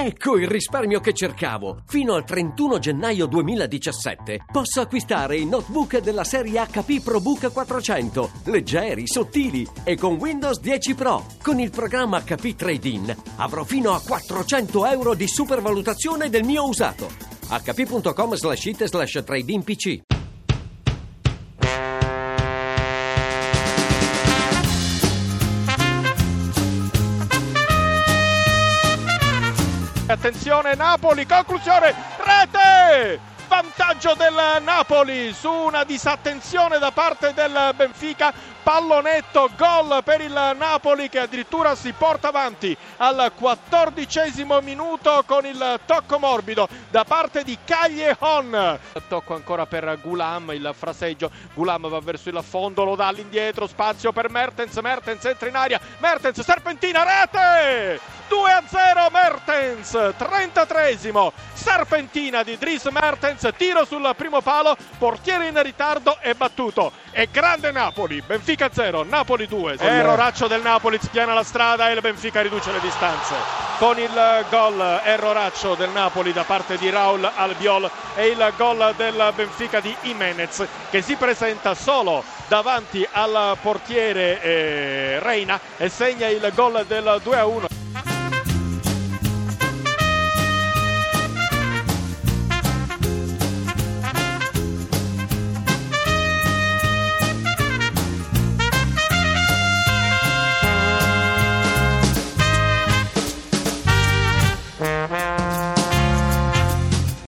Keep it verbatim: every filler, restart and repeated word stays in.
Ecco il risparmio che cercavo! Fino al trentuno gennaio duemiladiciassette posso acquistare i notebook della serie acca pi ProBook quattrocento, leggeri, sottili e con Windows dieci Pro. Con il programma acca pi Trade-in avrò fino a quattrocento euro di supervalutazione del mio usato. acca pi punto com slash it slash trade-in pc. Attenzione, Napoli, conclusione, rete! Vantaggio del Napoli su una disattenzione da parte del Benfica, pallonetto, gol per il Napoli che addirittura si porta avanti al quattordicesimo minuto con il tocco morbido da parte di Callejon. Tocco ancora per Gulam, il fraseggio, Gulam va verso il fondo, lo dà all'indietro, spazio per Mertens, Mertens entra in aria, Mertens, serpentina, rete! due a zero Mertens, trentatreesimo, serpentina di Dries Mertens, tiro sul primo palo, portiere in ritardo e battuto. E grande Napoli, Benfica zero, Napoli due. Erroraccio del Napoli, spiana la strada e il Benfica riduce le distanze. Con il gol, erroraccio del Napoli da parte di Raul Albiol e il gol del Benfica di Jimenez che si presenta solo davanti al portiere eh, Reina e segna il gol del due a uno.